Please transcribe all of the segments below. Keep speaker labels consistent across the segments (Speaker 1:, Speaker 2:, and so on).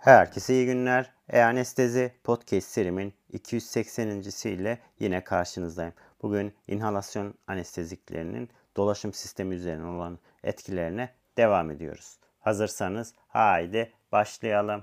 Speaker 1: Herkese iyi günler. E-Anestezi Podcast serimin 280. ile yine karşınızdayım. Bugün inhalasyon anesteziklerinin dolaşım sistemi üzerine olan etkilerine devam ediyoruz. Hazırsanız haydi başlayalım.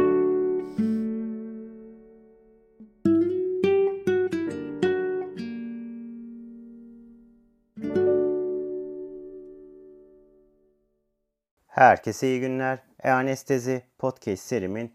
Speaker 1: Herkese iyi günler. E-Anestezi Podcast serimin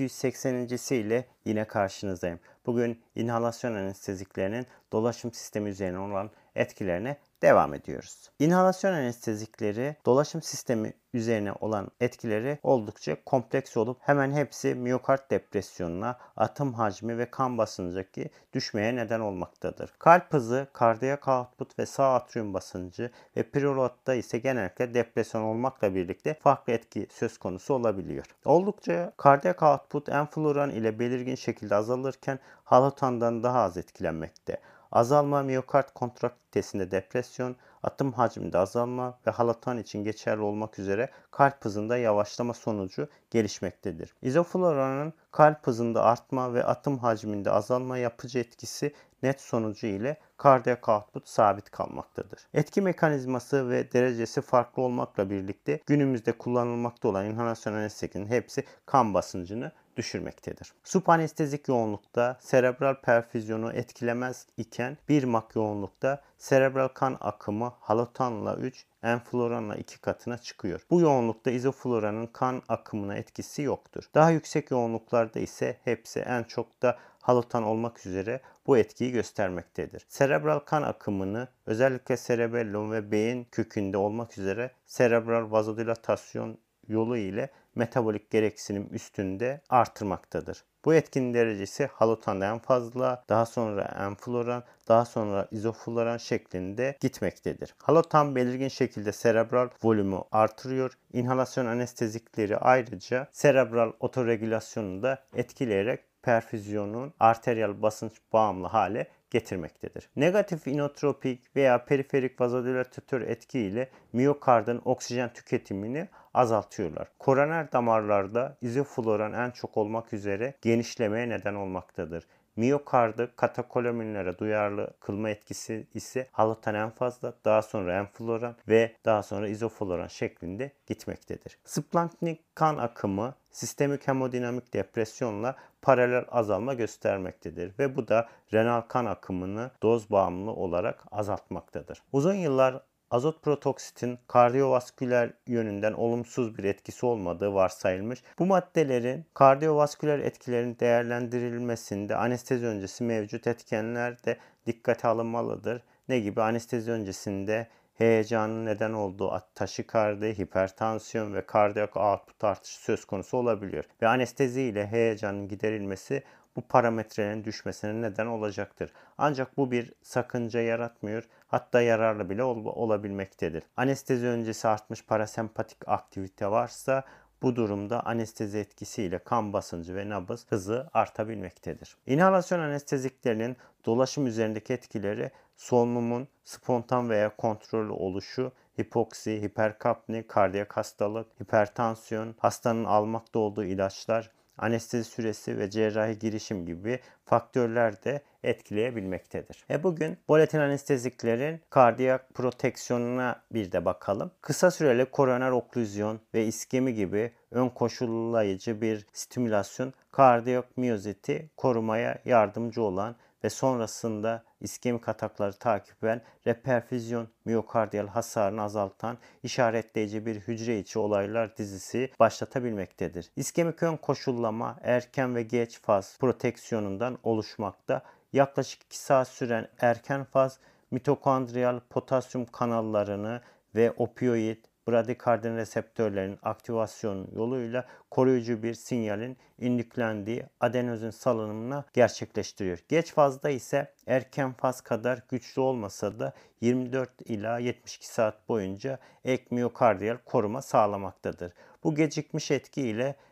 Speaker 1: 280. ile yine karşınızdayım. Bugün inhalasyon anesteziklerinin dolaşım sistemi üzerine olan etkilerine devam ediyoruz. İnhalasyon anestezikleri dolaşım sistemi üzerine olan etkileri oldukça kompleks olup hemen hepsi miyokard depresyonuna, atım hacmi ve kan basıncındaki düşmeye neden olmaktadır. Kalp hızı, kardiyak output ve sağ atrium basıncı ve preload'da ise genellikle depresyon olmakla birlikte farklı etki söz konusu olabiliyor. Oldukça kardiyak output enfloran ile belirgin şekilde azalırken halotandan daha az etkilenmekte. Azalma miyokard kontraktitesinde depresyon, atım hacminde azalma ve halotan için geçerli olmak üzere kalp hızında yavaşlama sonucu gelişmektedir. İzofluoranın kalp hızında artma ve atım hacminde azalma yapıcı etkisi net sonucu ile kardiyak output sabit kalmaktadır. Etki mekanizması ve derecesi farklı olmakla birlikte günümüzde kullanılmakta olan inhalasyon anesteziklerinin hepsi kan basıncını düşürmektedir. Subanestezik yoğunlukta serebral perfüzyonu etkilemez iken 1 mak yoğunlukta serebral kan akımı halotanla 3, enfloranla 2 katına çıkıyor. Bu yoğunlukta izofloranın kan akımına etkisi yoktur. Daha yüksek yoğunluklarda ise hepsi en çok da halotan olmak üzere bu etkiyi göstermektedir. Serebral kan akımını özellikle cerebellum ve beyin kökünde olmak üzere serebral vazodilatasyon yolu ile metabolik gereksinim üstünde artırmaktadır. Bu etkinin derecesi halotandan fazla, daha sonra enfloran, daha sonra izofloran şeklinde gitmektedir. Halotan belirgin şekilde serebral volümü artırıyor. İnhalasyon anestezikleri ayrıca serebral otoregülasyonunu da etkileyerek perfüzyonun arteriyel basınç bağımlı hale getirmektedir. Negatif inotropik veya periferik vazodilatatör etki ile miyokardın oksijen tüketimini azaltıyorlar. Koroner damarlarda izofloran en çok olmak üzere genişlemeye neden olmaktadır. Miyokardı katekolaminlere duyarlı kılma etkisi ise halotan en fazla, daha sonra enfloran ve daha sonra izofloran şeklinde gitmektedir. Splanknik kan akımı sistemik hemodinamik depresyonla paralel azalma göstermektedir ve bu da renal kan akımını doz bağımlı olarak azaltmaktadır. Uzun yıllar azot protoksitin kardiyovasküler yönünden olumsuz bir etkisi olmadığı varsayılmış. Bu maddelerin kardiyovasküler etkilerinin değerlendirilmesinde anestezi öncesi mevcut etkenler de dikkate alınmalıdır. Ne gibi? Anestezi öncesinde heyecanın neden olduğu taşikardi, hipertansiyon ve kardiyak output artışı söz konusu olabiliyor. Ve anestezi ile heyecanın giderilmesi bu parametrelerin düşmesine neden olacaktır. Ancak bu bir sakınca yaratmıyor, hatta yararlı bile olabilmektedir. Anestezi öncesi artmış parasempatik aktivite varsa bu durumda anestezi etkisiyle kan basıncı ve nabız hızı artabilmektedir. İnhalasyon anesteziklerinin dolaşım üzerindeki etkileri solunumun spontan veya kontrollü oluşu, hipoksi, hiperkapni, kardiyak hastalık, hipertansiyon, hastanın almakta olduğu ilaçlar, anestezi süresi ve cerrahi girişim gibi faktörler de etkileyebilmektedir. Bugün volatil anesteziklerin kardiyak proteksiyonuna bir de bakalım. Kısa süreli koroner oklüzyon ve iskemi gibi ön koşullayıcı bir stimülasyon kardiyak miyoziti korumaya yardımcı olan ve sonrasında iskemik atakları takiben reperfüzyon miyokardiyal hasarını azaltan işaretleyici bir hücre içi olaylar dizisi başlatabilmektedir. İskemik ön koşullama erken ve geç faz proteksiyonundan oluşmakta. Yaklaşık 2 saat süren erken faz mitokondriyal potasyum kanallarını ve opioid bradikardin reseptörlerinin aktivasyonu yoluyla koruyucu bir sinyalin indüklendiği adenozin salınımına gerçekleştiriyor. Geç fazda ise erken faz kadar güçlü olmasa da 24 ila 72 saat boyunca ek miyokardiyal koruma sağlamaktadır. Bu gecikmiş etki ile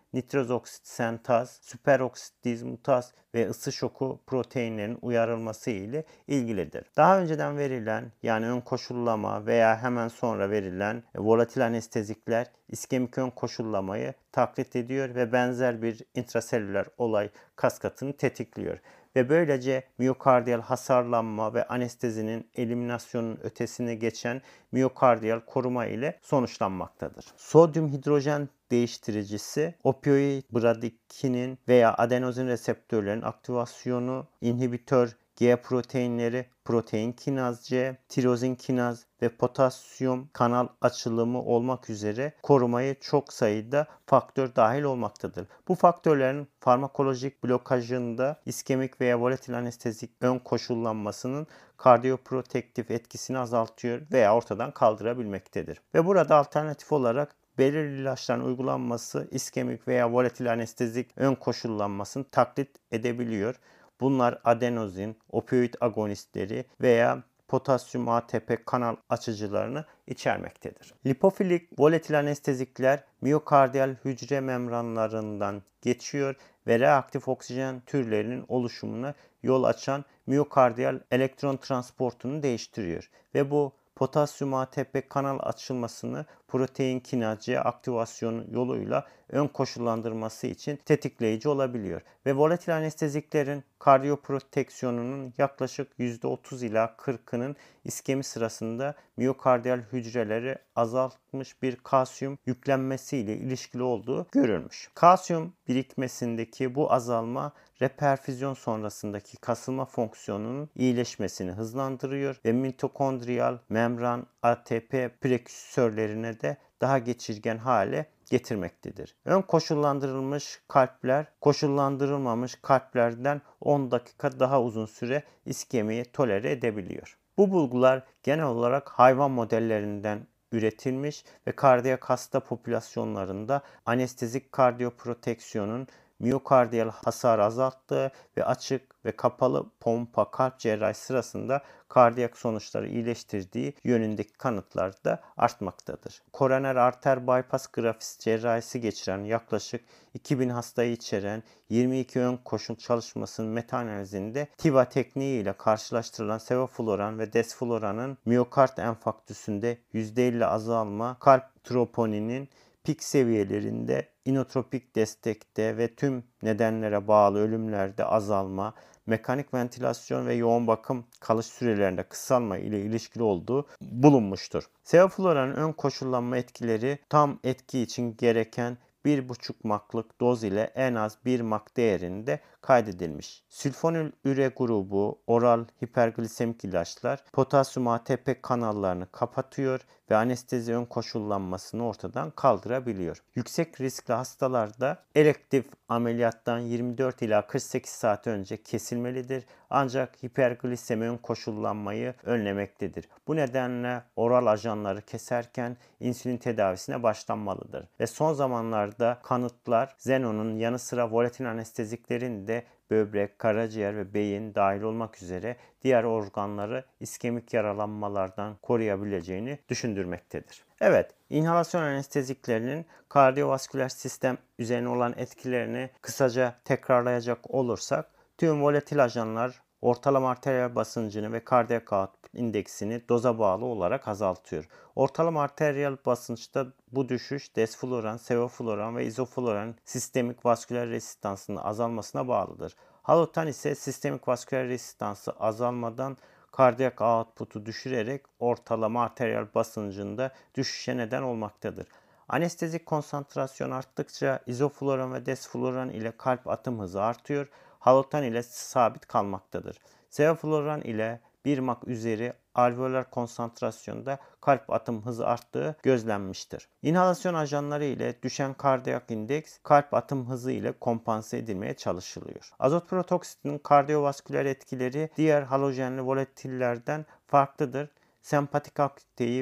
Speaker 1: nitroz oksit sentaz, süperoksit dismutaz ve ısı şoku proteinlerin uyarılması ile ilgilidir. Daha önceden verilen yani ön koşullama veya hemen sonra verilen volatil anestezikler iskemik ön koşullamayı taklit ediyor ve benzer bir intraselüler olay kaskatını tetikliyor. Ve böylece miyokardiyal hasarlanma ve anestezinin eliminasyonun ötesine geçen miyokardiyal koruma ile sonuçlanmaktadır. Sodyum hidrojen değiştiricisi, opioid bradikinin veya adenozin reseptörlerin aktivasyonu, inhibitör, G proteinleri, protein kinaz C, tirozin kinaz ve potasyum kanal açılımı olmak üzere korumayı çok sayıda faktör dahil olmaktadır. Bu faktörlerin farmakolojik blokajında iskemik veya volatil anestezik ön koşullanmasının kardiyoprotektif etkisini azaltıyor veya ortadan kaldırabilmektedir. Ve burada alternatif olarak belirli ilaçların uygulanması iskemik veya volatil anestezik ön koşullanmasını taklit edebiliyor. Bunlar adenozin, opioid agonistleri veya potasyum ATP kanal açıcılarını içermektedir. Lipofilik volatil anestezikler miyokardiyal hücre membranlarından geçiyor ve reaktif oksijen türlerinin oluşumuna yol açan miyokardiyal elektron transportunu değiştiriyor ve bu potasyum ATP kanal açılmasını protein kinaz aktivasyonu yoluyla ön koşullandırması için tetikleyici olabiliyor. Ve volatil anesteziklerin kardiyoproteksiyonunun yaklaşık %30 ila 40'ının iskemi sırasında miyokardiyal hücreleri azaltmış bir kalsiyum yüklenmesiyle ilişkili olduğu görülmüş. Kalsiyum birikmesindeki bu azalma reperfüzyon sonrasındaki kasılma fonksiyonunun iyileşmesini hızlandırıyor ve mitokondriyal membran ATP prekürsörlerine de daha geçirgen hale getirmektedir. Ön koşullandırılmış kalpler koşullandırılmamış kalplerden 10 dakika daha uzun süre iskemiyi tolere edebiliyor. Bu bulgular genel olarak hayvan modellerinden üretilmiş ve kardiyak hasta popülasyonlarında anestezik kardiyoproteksiyonun miyokardiyal hasarı azalttığı ve açık ve kapalı pompa kalp cerrahisi sırasında kardiyak sonuçları iyileştirdiği yönündeki kanıtlar da artmaktadır. Koroner arter bypass grafisi cerrahisi geçiren yaklaşık 2000 hastayı içeren 22 ön koşul çalışmasının metaanalizinde TIVA tekniği ile karşılaştırılan sevofluran ve desfluranın miyokard enfarktüsünde %50 azalma, kalp troponinin pik seviyelerinde inotropik destekte ve tüm nedenlere bağlı ölümlerde azalma, mekanik ventilasyon ve yoğun bakım kalış sürelerinde kısalma ile ilişkili olduğu bulunmuştur. Sevofluranın ön koşullanma etkileri tam etki için gereken 1,5 mak'lık doz ile en az 1 mak değerinde kaydedilmiş. Sülfonil üre grubu oral hiperglisemik ilaçlar potasyum ATP kanallarını kapatıyor ve anestezi ön koşullanmasını ortadan kaldırabiliyor. Yüksek riskli hastalarda elektif ameliyattan 24 ila 48 saat önce kesilmelidir. Ancak hiperglisemi ön koşullanmayı önlemektedir. Bu nedenle oral ajanları keserken insülin tedavisine başlanmalıdır. Ve son zamanlarda kanıtlar Xenon'un yanı sıra volatil anesteziklerin de böbrek, karaciğer ve beyin dahil olmak üzere diğer organları iskemik yaralanmalardan koruyabileceğini düşündürmektedir. Evet, inhalasyon anesteziklerinin kardiyovasküler sistem üzerine olan etkilerini kısaca tekrarlayacak olursak, tüm volatil ajanlar ortalama arteriyel basıncını ve kardiyak output indeksini doza bağlı olarak azaltıyor. Ortalama arteriyel basınçta bu düşüş desfluran, sevofluran ve izofluran sistemik vasküler rezistansının azalmasına bağlıdır. Halotan ise sistemik vasküler rezistansı azalmadan kardiyak output'u düşürerek ortalama arteriyel basıncında düşüşe neden olmaktadır. Anestezik konsantrasyonu arttıkça izofluran ve desfluran ile kalp atım hızı artıyor. Halotan ile sabit kalmaktadır. Sevofluran ile 1 mak üzeri alveolar konsantrasyonda kalp atım hızı arttığı gözlenmiştir. İnhalasyon ajanları ile düşen kardiyak indeks kalp atım hızı ile kompanse edilmeye çalışılıyor. Azot protoksitinin kardiyovasküler etkileri diğer halojenli volatillerden farklıdır. Sempatik aktiviteyi ve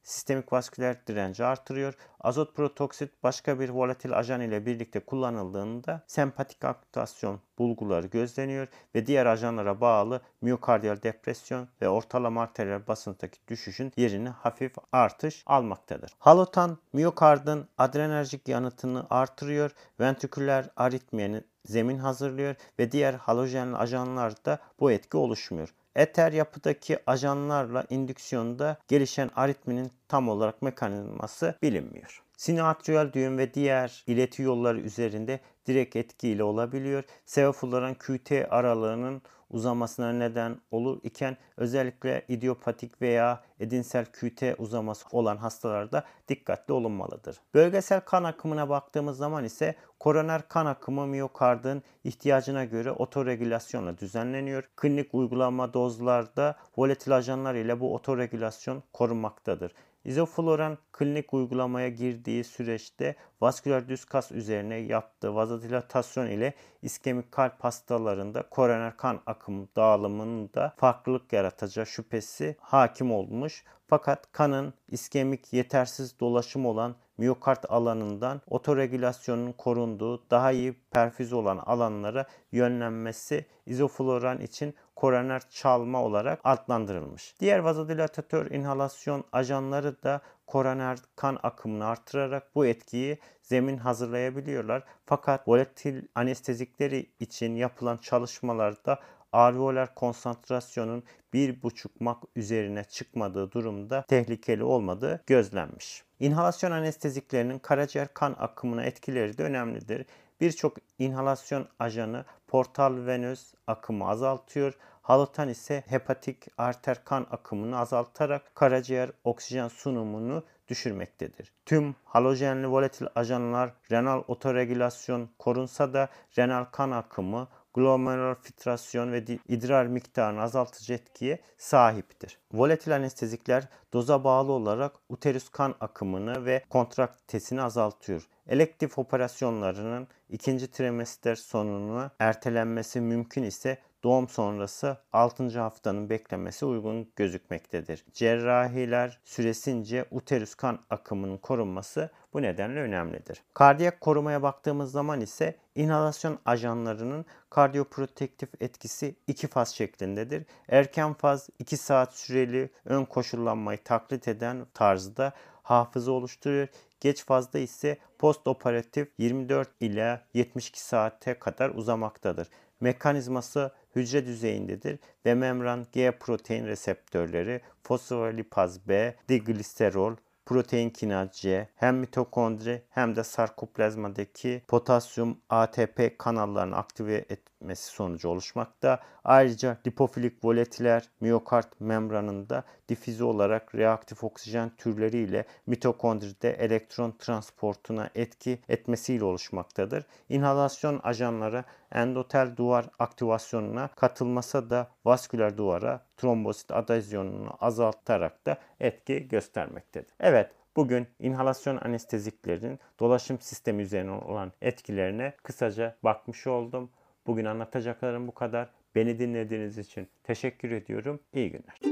Speaker 1: sistemik vasküler direnci artırıyor. Azot protoksit başka bir volatil ajan ile birlikte kullanıldığında sempatik aktivasyon bulguları gözleniyor ve diğer ajanlara bağlı miyokardiyal depresyon ve ortalama arteriyel basınçtaki düşüşün yerini hafif artış almaktadır. Halotan miyokardın adrenerjik yanıtını artırıyor, ventriküler aritmiyenin zemin hazırlıyor ve diğer halojenli ajanlarda bu etki oluşmuyor. Eter yapıdaki ajanlarla indüksiyonda gelişen aritminin tam olarak mekanizması bilinmiyor. Sinoatriyal düğüm ve diğer ileti yolları üzerinde direkt etkiyle olabiliyor. Sevofluran QT aralığının uzamasına neden olur iken özellikle idiopatik veya edinsel QT uzaması olan hastalarda dikkatli olunmalıdır. Bölgesel kan akımına baktığımız zaman ise koroner kan akımı miyokardın ihtiyacına göre otoregülasyonla düzenleniyor. Klinik uygulama dozlarda volatil ajanlar ile bu otoregülasyon korunmaktadır. İzofloran klinik uygulamaya girdiği süreçte vasküler düz kas üzerine yaptığı vazodilatasyon ile iskemik kalp hastalarında koroner kan akımı dağılımında farklılık yaratacağı şüphesi hakim olmuş. Fakat kanın iskemik yetersiz dolaşım olan miyokard alanından otoregülasyonun korunduğu daha iyi perfüze olan alanlara yönlenmesi izofloran için koroner çalma olarak adlandırılmış. Diğer vazodilatatör inhalasyon ajanları da koroner kan akımını artırarak bu etkiyi zemin hazırlayabiliyorlar. Fakat volatil anestezikleri için yapılan çalışmalarda alveolar konsantrasyonun 1,5 mak üzerine çıkmadığı durumda tehlikeli olmadığı gözlenmiş. İnhalasyon anesteziklerinin karaciğer kan akımına etkileri de önemlidir. Birçok inhalasyon ajanı portal venöz akımı azaltıyor. Halotan ise hepatik arter kan akımını azaltarak karaciğer oksijen sunumunu düşürmektedir. Tüm halojenli volatil ajanlar renal otoregülasyon korunsa da renal kan akımı, glomerular filtrasyon ve idrar miktarını azaltıcı etkiye sahiptir. Volatil anestezikler doza bağlı olarak uterus kan akımını ve kontraktesini azaltıyor. Elektif operasyonlarının ikinci trimester sonuna ertelenmesi mümkün ise doğum sonrası 6. haftanın beklenmesi uygun gözükmektedir. Cerrahiler süresince uterus kan akımının korunması bu nedenle önemlidir. Kardiyak korumaya baktığımız zaman ise inhalasyon ajanlarının kardiyoprotektif etkisi 2 faz şeklindedir. Erken faz 2 saat süreli ön koşullanmayı taklit eden tarzda hafıza oluşturuyor. Geç fazda ise postoperatif 24 ila 72 saate kadar uzamaktadır. Mekanizması hücre düzeyindedir ve membran G protein reseptörleri, fosfolipaz B, digliserol, protein kinaz C hem mitokondri hem de sarkoplazmadaki potasyum ATP kanallarını aktive etmesi sonucu oluşmakta. Ayrıca lipofilik volatiler miyokard membranında difüze olarak reaktif oksijen türleriyle mitokondride elektron transportuna etki etmesiyle oluşmaktadır. İnhalasyon ajanları endotel duvar aktivasyonuna katılmasa da vasküler duvara trombosit adezyonunu azaltarak da etki göstermektedir. Evet, bugün inhalasyon anesteziklerin dolaşım sistemi üzerine olan etkilerine kısaca bakmış oldum. Bugün anlatacaklarım bu kadar. Beni dinlediğiniz için teşekkür ediyorum. İyi günler.